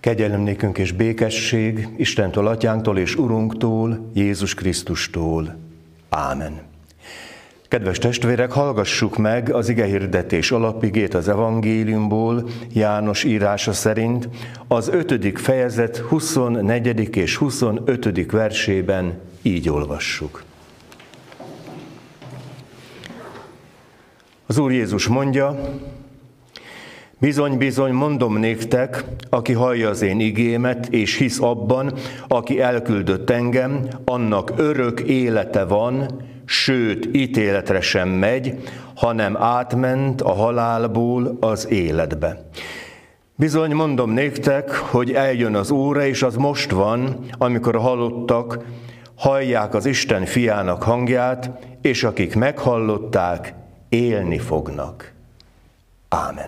Kegyelem nékünk és békesség Istentől, Atyánktól és Urunktól, Jézus Krisztustól. Ámen. Kedves testvérek, hallgassuk meg az igehirdetés alapigét az evangéliumból, János írása szerint, az 5. fejezet 24. és 25. versében így olvassuk. Az Úr Jézus mondja: Bizony, bizony, mondom néktek, aki hallja az én igémet, és hisz abban, aki elküldött engem, annak örök élete van, sőt, ítéletre sem megy, hanem átment a halálból az életbe. Bizony, mondom néktek, hogy eljön az óra, és az most van, amikor a halottak hallják az Isten fiának hangját, és akik meghallották, élni fognak. Ámen.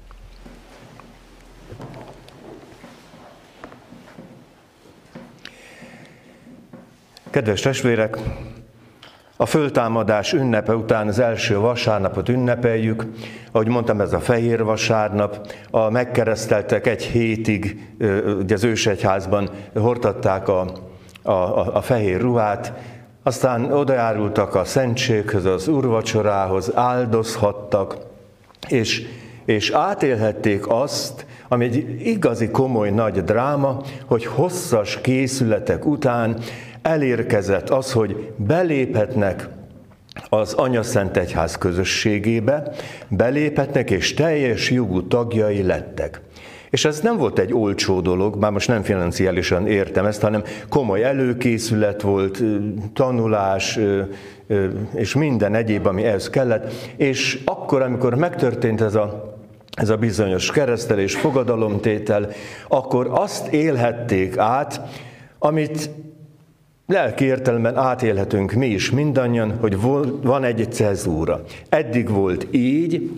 Kedves testvérek, a föltámadás ünnepe után az első vasárnapot ünnepeljük. Ahogy mondtam, ez a fehér vasárnap. A megkereszteltek egy hétig ugye az ősegyházban hordtatták a fehér ruhát, aztán odajárultak a szentséghez, az úrvacsorához, áldozhattak, és átélhették azt, ami egy igazi komoly nagy dráma, hogy hosszas készületek után elérkezett az, hogy beléphetnek az Anyaszent Egyház közösségébe, beléphetnek és teljes jogú tagjai lettek. És ez nem volt egy olcsó dolog, bár most nem financiálisan értem ezt, hanem komoly előkészület volt, tanulás és minden egyéb, ami ehhez kellett. És akkor, amikor megtörtént ez a bizonyos keresztelés, fogadalomtétel, akkor azt élhették át, amit lelki értelemben átélhetünk mi is mindannyian, hogy van egy cezúra. Eddig volt így,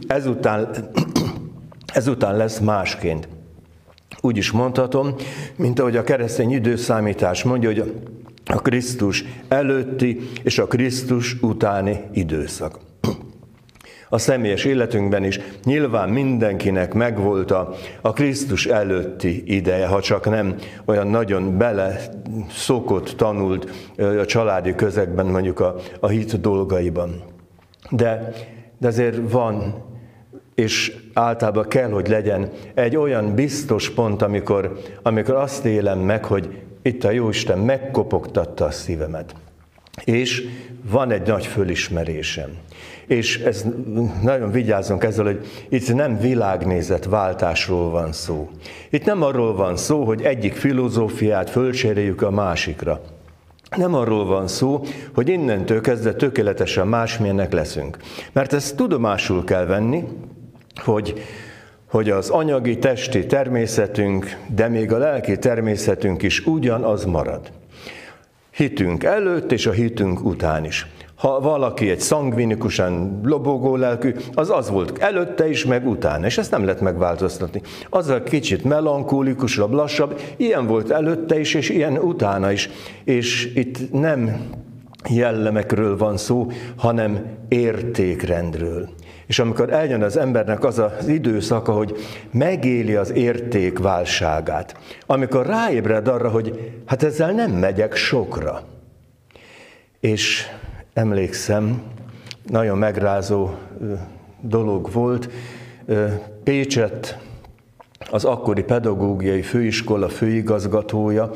ezután lesz másként. Úgy is mondhatom, mint ahogy a keresztény időszámítás mondja, hogy a Krisztus előtti és a Krisztus utáni időszak. A személyes életünkben is nyilván mindenkinek megvolt a Krisztus előtti ideje, ha csak nem olyan nagyon bele szokott, tanult a családi közegben, mondjuk a hit dolgaiban. De azért van, és általában kell, hogy legyen egy olyan biztos pont, amikor azt élem meg, hogy itt a Jóisten megkopogtatta a szívemet. És van egy nagy fölismerésem. És ez, nagyon vigyázzunk ezzel, hogy itt nem világnézetváltásról van szó. Itt nem arról van szó, hogy egyik filozófiát fölcseréljük a másikra. Nem arról van szó, hogy innentől kezdve tökéletesen másmilyenek leszünk. Mert ezt tudomásul kell venni, hogy az anyagi, testi természetünk, de még a lelki természetünk is ugyanaz marad. Hitünk előtt és a hitünk után is. Ha valaki egy szangvinikusan lobogó lelkű, az volt előtte is, meg utána, és ezt nem lehet megváltoztatni. Az a kicsit melankolikusabb, lassabb, ilyen volt előtte is, és ilyen utána is. És itt nem jellemekről van szó, hanem értékrendről. És amikor eljön az embernek az az időszaka, hogy megéli az érték válságát, amikor ráébred arra, hogy hát ezzel nem megyek sokra. És emlékszem, nagyon megrázó dolog volt, Pécsett az akkori pedagógiai főiskola főigazgatója,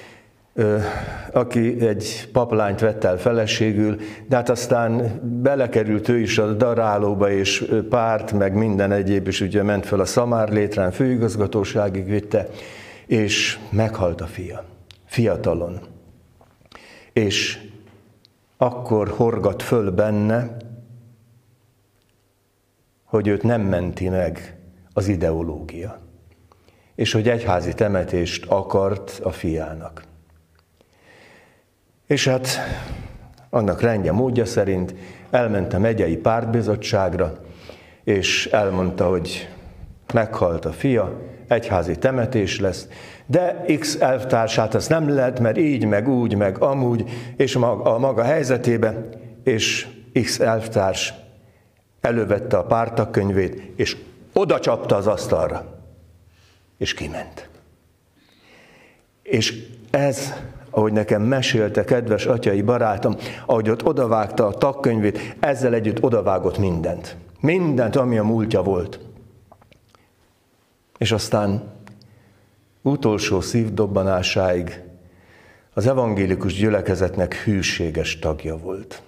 aki egy paplányt vett el feleségül, de hát aztán belekerült ő is a darálóba, és párt, meg minden egyéb, és ugye ment fel a Szamárlétrán, főigazgatóságig vitte, és meghalt a fia, fiatalon. És akkor horgat föl benne, hogy őt nem menti meg az ideológia, és hogy egyházi temetést akart a fiának. És hát annak rendje módja szerint elment a megyei pártbizottságra, és elmondta, hogy meghalt a fia, egyházi temetés lesz, de X elvtársát azt nem lehet, mert így, meg úgy, meg amúgy, és a maga helyzetébe, és X elvtárs elővette a pártagkönyvét, és oda csapta az asztalra, és kiment. És ez, ahogy nekem mesélte kedves atyai barátom, ahogy ott odavágta a tagkönyvét, ezzel együtt odavágott mindent. Mindent, ami a múltja volt. És aztán utolsó szívdobbanásáig az evangélikus gyülekezetnek hűséges tagja volt.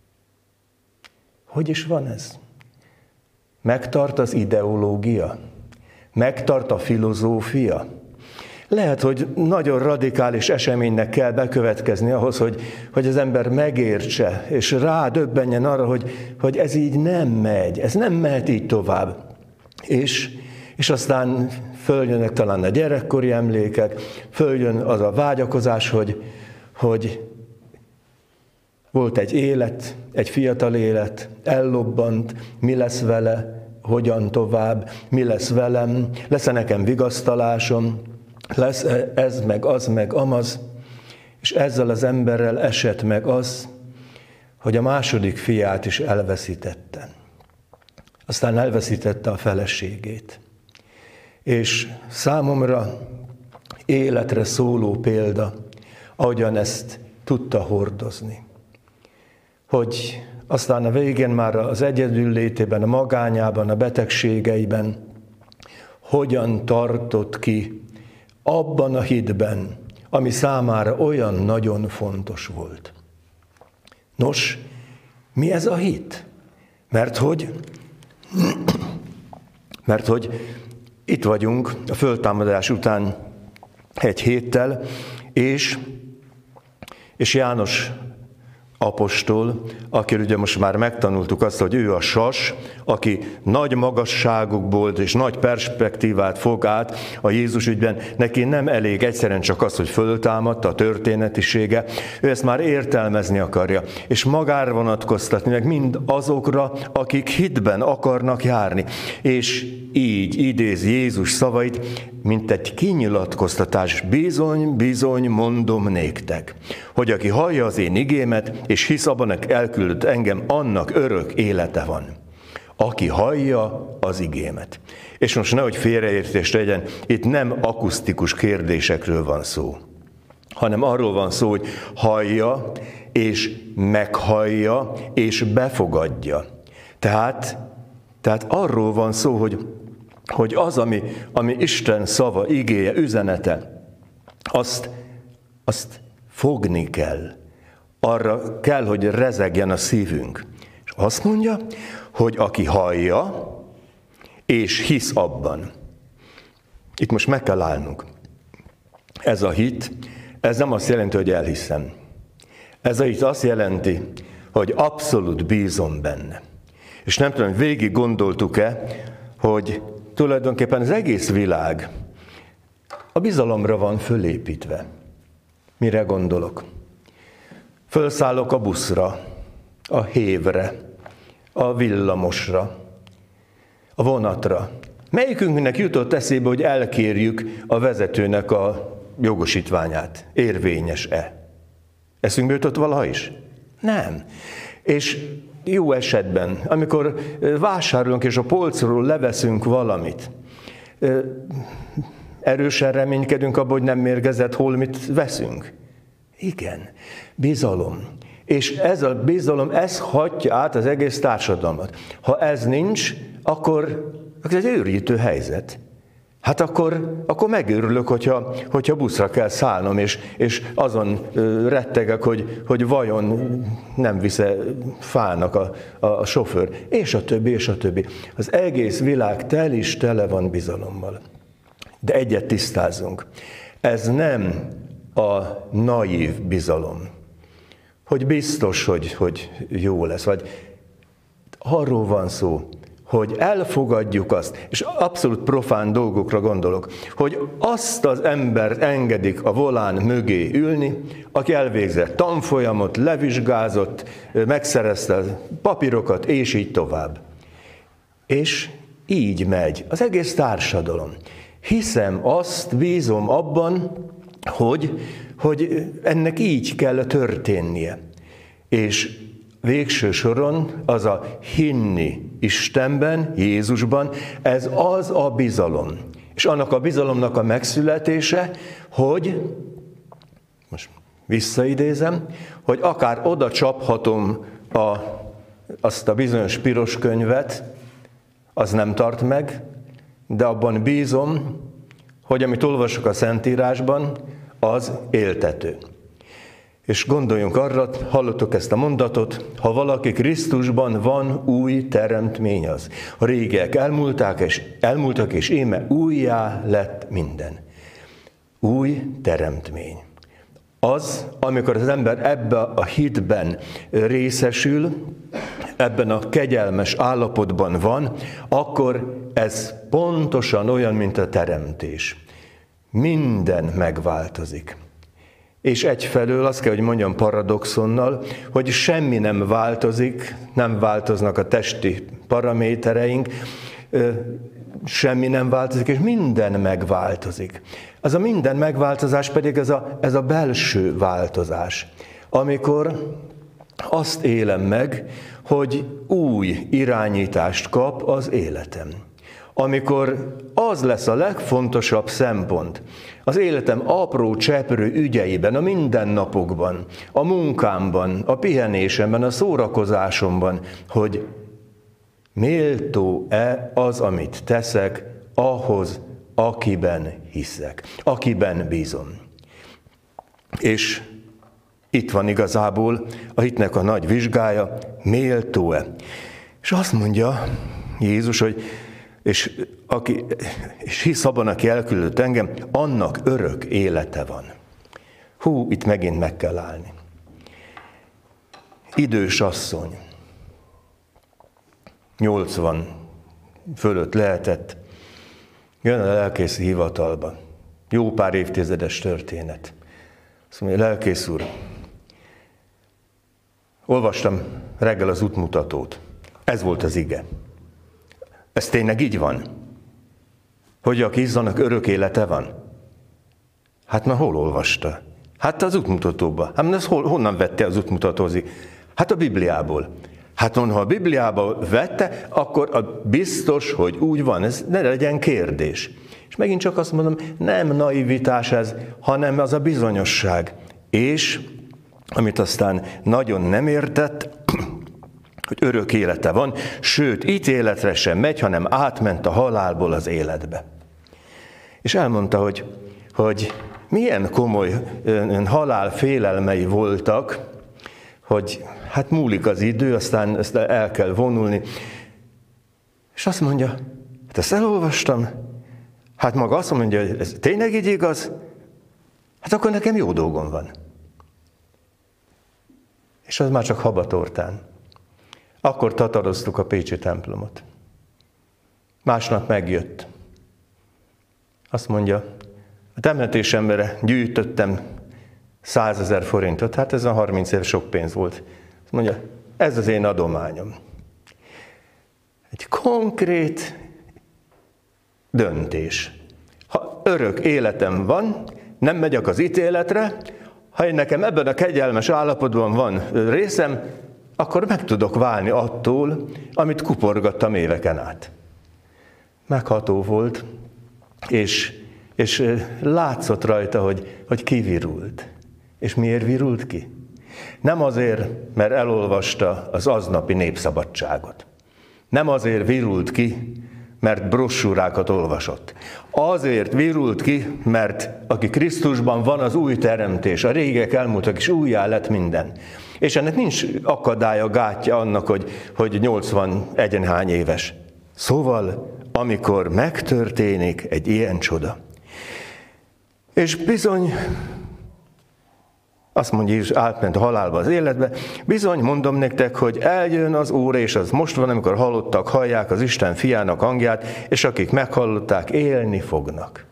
Hogy is van ez? Megtart az ideológia? Megtart a filozófia? Lehet, hogy nagyon radikális eseménynek kell bekövetkezni ahhoz, hogy az ember megértse, és rádöbbenjen arra, hogy ez így nem megy, ez nem mehet így tovább. És aztán följönnek talán a gyerekkori emlékek, följön az a vágyakozás, hogy volt egy élet, egy fiatal élet, ellobbant, mi lesz vele, hogyan tovább, mi lesz velem, lesz-e nekem vigasztalásom, lesz ez, meg az, meg amaz, és ezzel az emberrel esett meg az, hogy a második fiát is elveszítette. Aztán elveszítette a feleségét. És számomra életre szóló példa, ahogyan ezt tudta hordozni. Hogy aztán a végén már az egyedüllétében, a magányában, a betegségeiben hogyan tartott ki abban a hitben, ami számára olyan nagyon fontos volt. Nos, mi ez a hit? Mert hogy itt vagyunk a föltámadás után egy héttel, és János apostol, akiről ugye most már megtanultuk azt, hogy ő a sas, aki nagy magasságokból és nagy perspektívát fog át a Jézus ügyben. Neki nem elég egyszerűen csak az, hogy föltámadta a történetisége, ő ezt már értelmezni akarja, és magára vonatkoztatni meg mind azokra, akik hitben akarnak járni. És így idéz Jézus szavait, mint egy kinyilatkoztatás, bizony, bizony mondom néktek, hogy aki hallja az én igémet, és hisz abban, aki elküldött engem, annak örök élete van. Aki hallja az igémet. És most nehogy félreértés legyen, itt nem akusztikus kérdésekről van szó, hanem arról van szó, hogy hallja, és meghallja, és befogadja. Tehát arról van szó, hogy az, ami Isten szava, igéje, üzenete, azt fogni kell. Arra kell, hogy rezegjen a szívünk. És azt mondja, hogy aki hallja, és hisz abban. Itt most meg kell állnunk. Ez a hit, ez nem azt jelenti, hogy elhiszem. Ez a hit azt jelenti, hogy abszolút bízom benne. És nem tudom, végig gondoltuk-e, hogy tulajdonképpen az egész világ a bizalomra van fölépítve. Mire gondolok? Fölszállok a buszra, a hévre, a villamosra, a vonatra. Melyikünknek jutott eszébe, hogy elkérjük a vezetőnek a jogosítványát? Érvényes-e? Eszünkbe jutott valaha is? Nem. És jó esetben, amikor vásárolunk és a polcról leveszünk valamit, erősen reménykedünk abban, hogy nem mérgezett holmit veszünk. Igen, bizalom. És ez a bizalom, ez hatja át az egész társadalmat. Ha ez nincs, akkor ez egy őrítő helyzet. Hát akkor megőrülök, hogyha buszra kell szállnom, és azon rettegek, hogy vajon nem visze fának a sofőr, és a többi, és a többi. Az egész világ tele van bizalommal. De egyet tisztázunk. Ez nem a naív bizalom, hogy biztos, hogy jó lesz, vagy arról van szó, hogy elfogadjuk azt, és abszolút profán dolgokra gondolok, hogy azt az embert engedik a volán mögé ülni, aki elvégzett tanfolyamot, levizsgázott, megszerezte papírokat, és így tovább. És így megy az egész társadalom. Hiszem azt, bízom abban, hogy ennek így kell történnie. És végső soron az a hinni Istenben, Jézusban, ez az a bizalom. És annak a bizalomnak a megszületése, hogy most visszaidézem, hogy akár oda csaphatom azt a bizonyos piros könyvet, az nem tart meg, de abban bízom, hogy amit olvasok a Szentírásban, az éltető. És gondoljunk arra, hallottuk ezt a mondatot, ha valaki Krisztusban van, új teremtmény az. A régiek elmúltak, és íme újjá lett minden. Új teremtmény. Az, amikor az ember ebbe a hitben részesül, ebben a kegyelmes állapotban van, akkor ez pontosan olyan, mint a teremtés. Minden megváltozik. És egyfelől azt kell, hogy mondjam paradoxonnal, hogy semmi nem változik, nem változnak a testi paramétereink, semmi nem változik, és minden megváltozik. Az a minden megváltozás pedig ez a belső változás, amikor azt élem meg, hogy új irányítást kap az életem. Amikor az lesz a legfontosabb szempont az életem apró cseprő ügyeiben, a mindennapokban, a munkámban, a pihenésemben, a szórakozásomban, hogy méltó-e az, amit teszek, ahhoz, akiben hiszek, akiben bízom. És itt van igazából a hitnek a nagy vizsgája, méltó-e. És azt mondja Jézus, hogy és hisz abban, aki elküldött engem, annak örök élete van. Itt megint meg kell állni. Idős asszony, 80 fölött lehetett, jön a lelkészi hivatalba. Jó pár évtizedes történet. Azt mondja, lelkész úr, olvastam reggel az útmutatót. Ez volt az ige. Ez tényleg így van? Hogy aki hizzanak, örök élete van? Hát már hol olvasta? Hát az útmutatóban. Hát ez honnan vette az útmutatózik? Hát a Bibliából. Hát ha a Bibliába vette, akkor biztos, hogy úgy van. Ez ne legyen kérdés. És megint csak azt mondom, nem naivitás ez, hanem az a bizonyosság. És, amit aztán nagyon nem értett, hogy örök élete van, sőt, ítéletre sem megy, hanem átment a halálból az életbe. És elmondta, hogy milyen komoly halál félelmei voltak, hogy hát múlik az idő, aztán ezt el kell vonulni. És azt mondja, hát ezt elolvastam, hát maga azt mondja, hogy ez tényleg így igaz, hát akkor nekem jó dolgom van. És az már csak habatortán. Akkor tataroztuk a pécsi templomot. Másnap megjött. Azt mondja, a temetésemre gyűjtöttem 100 000 forintot, hát ez a 30 év sok pénz volt. Azt mondja, ez az én adományom. Egy konkrét döntés. Ha örök életem van, nem megyek az ítéletre, ha én nekem ebben a kegyelmes állapotban van részem, akkor meg tudok válni attól, amit kuporgattam éveken át. Megható volt, és látszott rajta, hogy kivirult. És miért virult ki? Nem azért, mert elolvasta az aznapi Népszabadságot. Nem azért virult ki, mert brossúrákat olvasott. Azért virult ki, mert aki Krisztusban van, az új teremtés. A régek elmúltak, és újjá lett minden. És ennek nincs akadálya, gátja annak, hogy 81 éves. Szóval, amikor megtörténik egy ilyen csoda, és bizony, azt mondja, és átment a halálba az életbe, bizony mondom nektek, hogy eljön az óra, és az most van, amikor halottak hallják az Isten fiának hangját, és akik meghallották, élni fognak.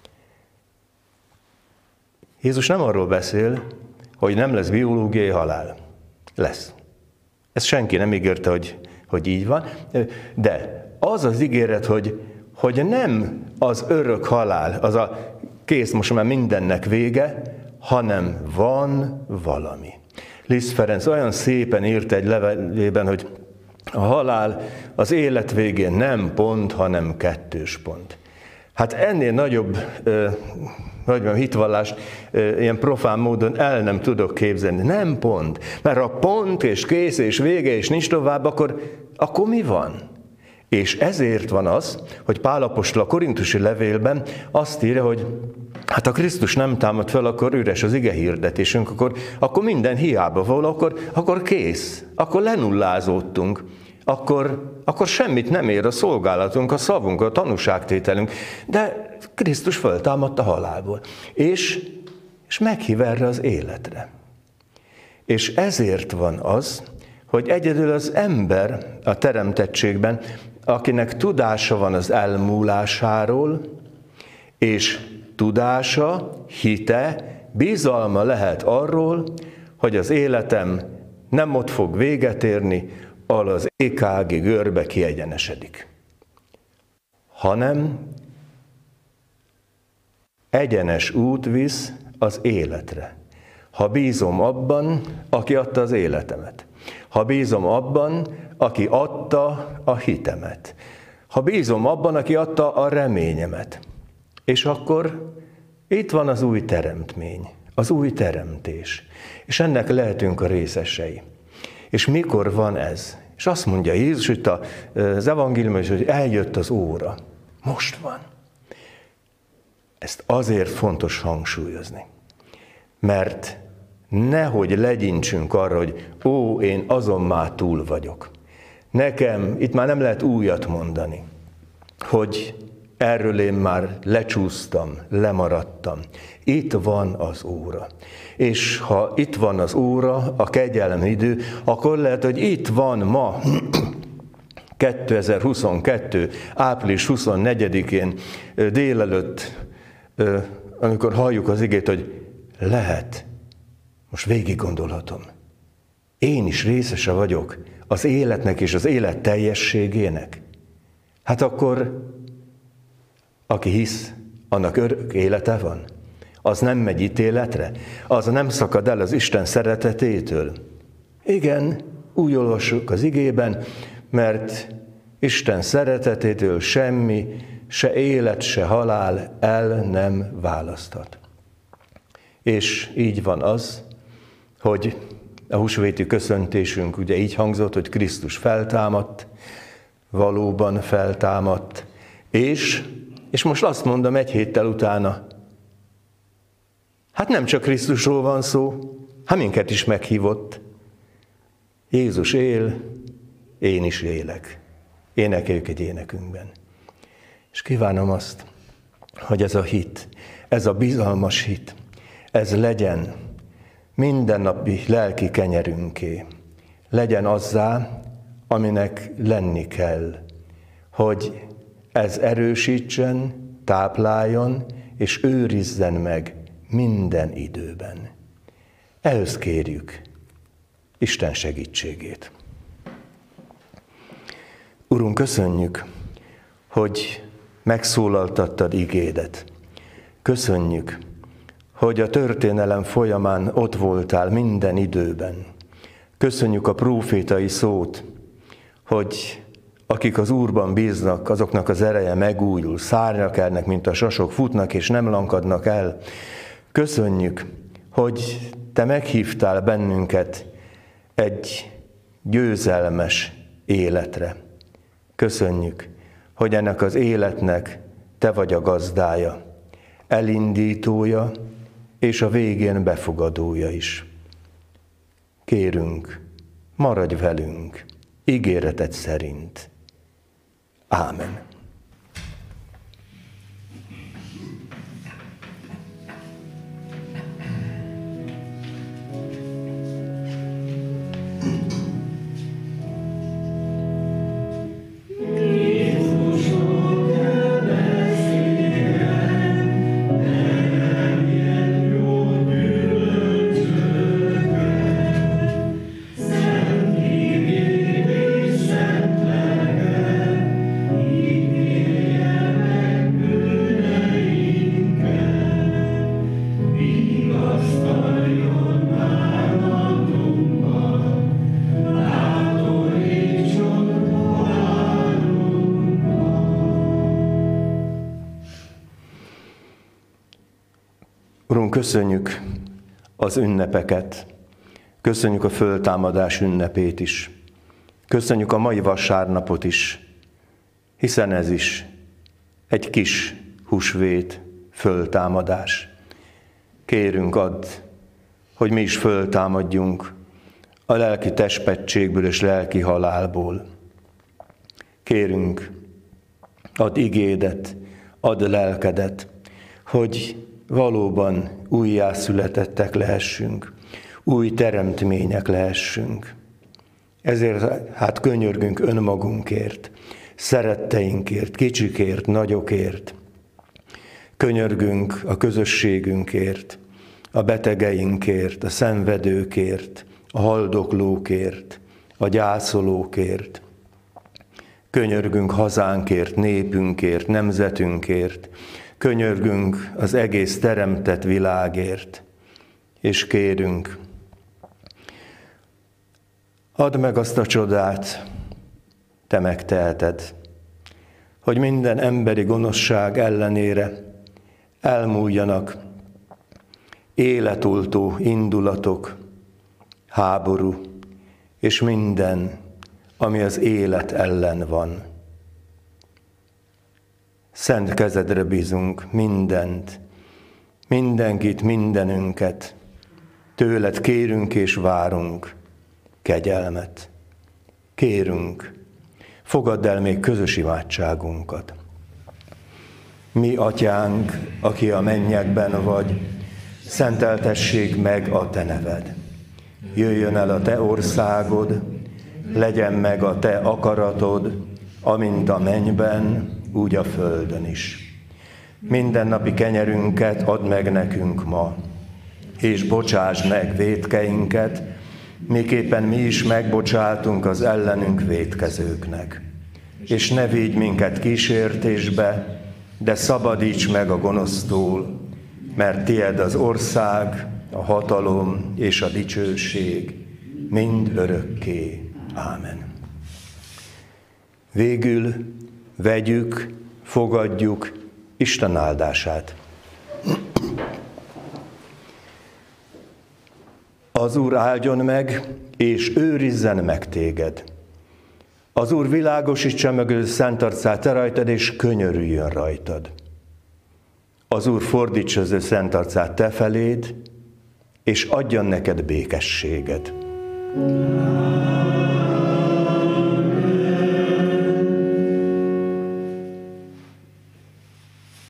Jézus nem arról beszél, hogy nem lesz biológiai halál. Lesz. Ezt senki nem ígérte, hogy így van, de az az ígéret, hogy nem az örök halál, az a kész, most már mindennek vége, hanem van valami. Liszt Ferenc olyan szépen írt egy levelében, hogy a halál az élet végén nem pont, hanem 2 pont. Hát ennél nagyobb hitvallást ilyen profán módon el nem tudok képzelni. Nem pont. Mert ha pont és kész és vége és nincs tovább, akkor mi van? És ezért van az, hogy Pál apostol a korintusi levélben azt írja, hogy hát ha Krisztus nem támad fel, akkor üres az ige hirdetésünk, akkor minden hiába való, akkor kész, akkor lenullázódtunk, akkor semmit nem ér a szolgálatunk, a szavunk, a tanúságtételünk, de Krisztus föltámadt a halálból, és meghív erre az életre. És ezért van az, hogy egyedül az ember a teremtettségben, akinek tudása van az elmúlásáról, és tudása, hite, bizalma lehet arról, hogy az életem nem ott fog véget érni, ahol az EKG görbe kiegyenesedik, hanem egyenes út visz az életre. Ha bízom abban, aki adta az életemet. Ha bízom abban, aki adta a hitemet. Ha bízom abban, aki adta a reményemet. És akkor itt van az új teremtmény, az új teremtés. És ennek lehetünk a részesei. És mikor van ez? És azt mondja Jézus itt az evangéliumban, hogy eljött az óra. Most van. Ezt azért fontos hangsúlyozni. Mert nehogy legyintsünk arra, hogy én azon már túl vagyok. Nekem itt már nem lehet újat mondani, hogy erről én már lecsúsztam, lemaradtam. Itt van az óra. És ha itt van az óra, a kegyelem idő, akkor lehet, hogy itt van ma, 2022. április 24-én délelőtt, amikor halljuk az igét, hogy lehet, most végig gondolhatom, én is részese vagyok az életnek és az élet teljességének. Hát akkor, aki hisz, annak örök élete van. Az nem megy ítéletre, az nem szakad el az Isten szeretetétől. Igen, úgy olvassuk az igében, mert Isten szeretetétől semmi, se élet, se halál el nem választhat. És így van az, hogy a húsvéti köszöntésünk ugye így hangzott, hogy Krisztus feltámadt, valóban feltámadt, és most azt mondom egy héttel utána, hát nem csak Krisztusról van szó, hát minket is meghívott. Jézus él, én is élek. Énekeljük egy énekünkben. És kívánom azt, hogy ez a hit, ez a bizalmas hit, ez legyen mindennapi lelki kenyerünké. Legyen azzá, aminek lenni kell, hogy ez erősítsen, tápláljon és őrizzen meg minden időben. Ehhez kérjük Isten segítségét. Urunk, köszönjük, hogy megszólaltattad igédet. Köszönjük, hogy a történelem folyamán ott voltál minden időben. Köszönjük a prófétai szót, hogy akik az Úrban bíznak, azoknak az ereje megújul, szárnyak elnek, mint a sasok, futnak és nem lankadnak el. Köszönjük, hogy Te meghívtál bennünket egy győzelmes életre. Köszönjük, hogy ennek az életnek Te vagy a gazdája, elindítója és a végén befogadója is. Kérünk, maradj velünk, ígéreted szerint. Ámen. Szent Urunk, köszönjük az ünnepeket, köszönjük a föltámadás ünnepét is, köszönjük a mai vasárnapot is, hiszen ez is egy kis húsvét, föltámadás. Kérünk, add, hogy mi is föltámadjunk a lelki testpettségből és lelki halálból. Kérünk, add igédet, add lelkedet, hogy valóban újjászületettek lehessünk, új teremtmények lehessünk. Ezért hát könyörgünk önmagunkért, szeretteinkért, kicsikért, nagyokért. Könyörgünk a közösségünkért, a betegeinkért, a szenvedőkért, a haldoklókért, a gyászolókért. Könyörgünk hazánkért, népünkért, nemzetünkért, könyörgünk az egész teremtett világért, és kérünk, add meg azt a csodát, te megteheted, hogy minden emberi gonoszság ellenére elmúljanak életoltó indulatok, háború és minden, ami az élet ellen van. Szent kezedre bízunk mindent, mindenkit, mindenünket. Tőled kérünk és várunk kegyelmet. Kérünk, fogadd el még közös imádságunkat. Mi, Atyánk, aki a mennyekben vagy, szenteltessék meg a te neved. Jöjjön el a te országod, legyen meg a te akaratod, amint a mennyben, úgy a földön is. Mindennapi kenyerünket add meg nekünk ma, és bocsásd meg vétkeinket, miképpen mi is megbocsátunk az ellenünk vétkezőknek. És ne védj minket kísértésbe, de szabadíts meg a gonosztól, mert tied az ország, a hatalom és a dicsőség mind örökké. Ámen. Végül vegyük, fogadjuk Isten áldását. Az Úr áldjon meg, és őrizzen meg téged. Az Úr világosítsa meg ő szent arcát te rajtad, és könyörüljön rajtad. Az Úr fordítsa az ő szent arcát te feléd, és adjon neked békességet.